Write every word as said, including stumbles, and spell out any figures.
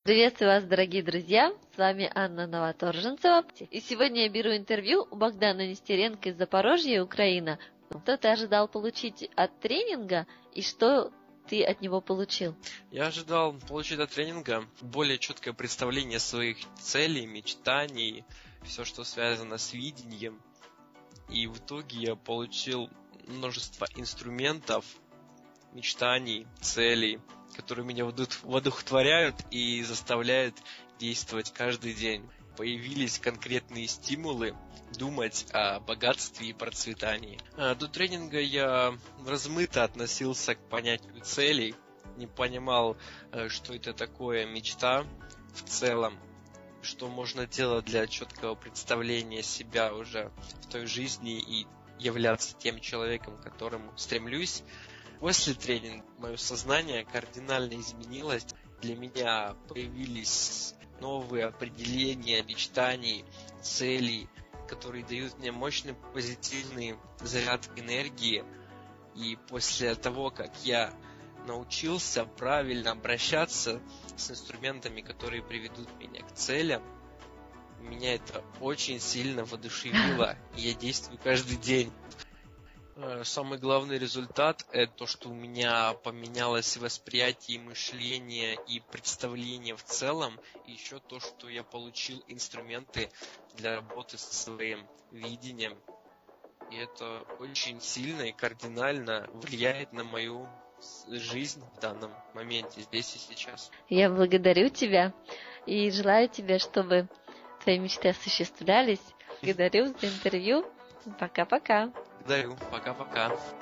Приветствую вас, дорогие друзья! С вами Анна Новоторженцева. И сегодня я беру интервью у Богдана Нестеренко из Запорожья, Украина. Что ты ожидал получить от тренинга и что ты от него получил? Я ожидал получить от тренинга более четкое представление своих целей, мечтаний, все, что связано с видением. И в итоге я получил множество инструментов, мечтаний, целей, которые меня воодухотворяют и заставляют действовать каждый день. Появились конкретные стимулы думать о богатстве и процветании. До тренинга я размыто относился к понятию целей, не понимал, что это такое мечта в целом, что можно делать для четкого представления себя уже в той жизни и являться тем человеком, к которому стремлюсь. После тренинга мое сознание кардинально изменилось. Для меня появились новые определения, мечтаний, целей, которые дают мне мощный позитивный заряд энергии. И после того, как я научился правильно обращаться с инструментами, которые приведут меня к целям, меня это очень сильно воодушевило, и я действую каждый день. Самый главный результат – это то, что у меня поменялось восприятие, мышление и представление в целом. И еще то, что я получил инструменты для работы со своим видением. И это очень сильно и кардинально влияет на мою жизнь в данном моменте, здесь и сейчас. Я благодарю тебя и желаю тебе, чтобы твои мечты осуществлялись. Благодарю за интервью. Пока-пока. Благодарю. Пока-пока.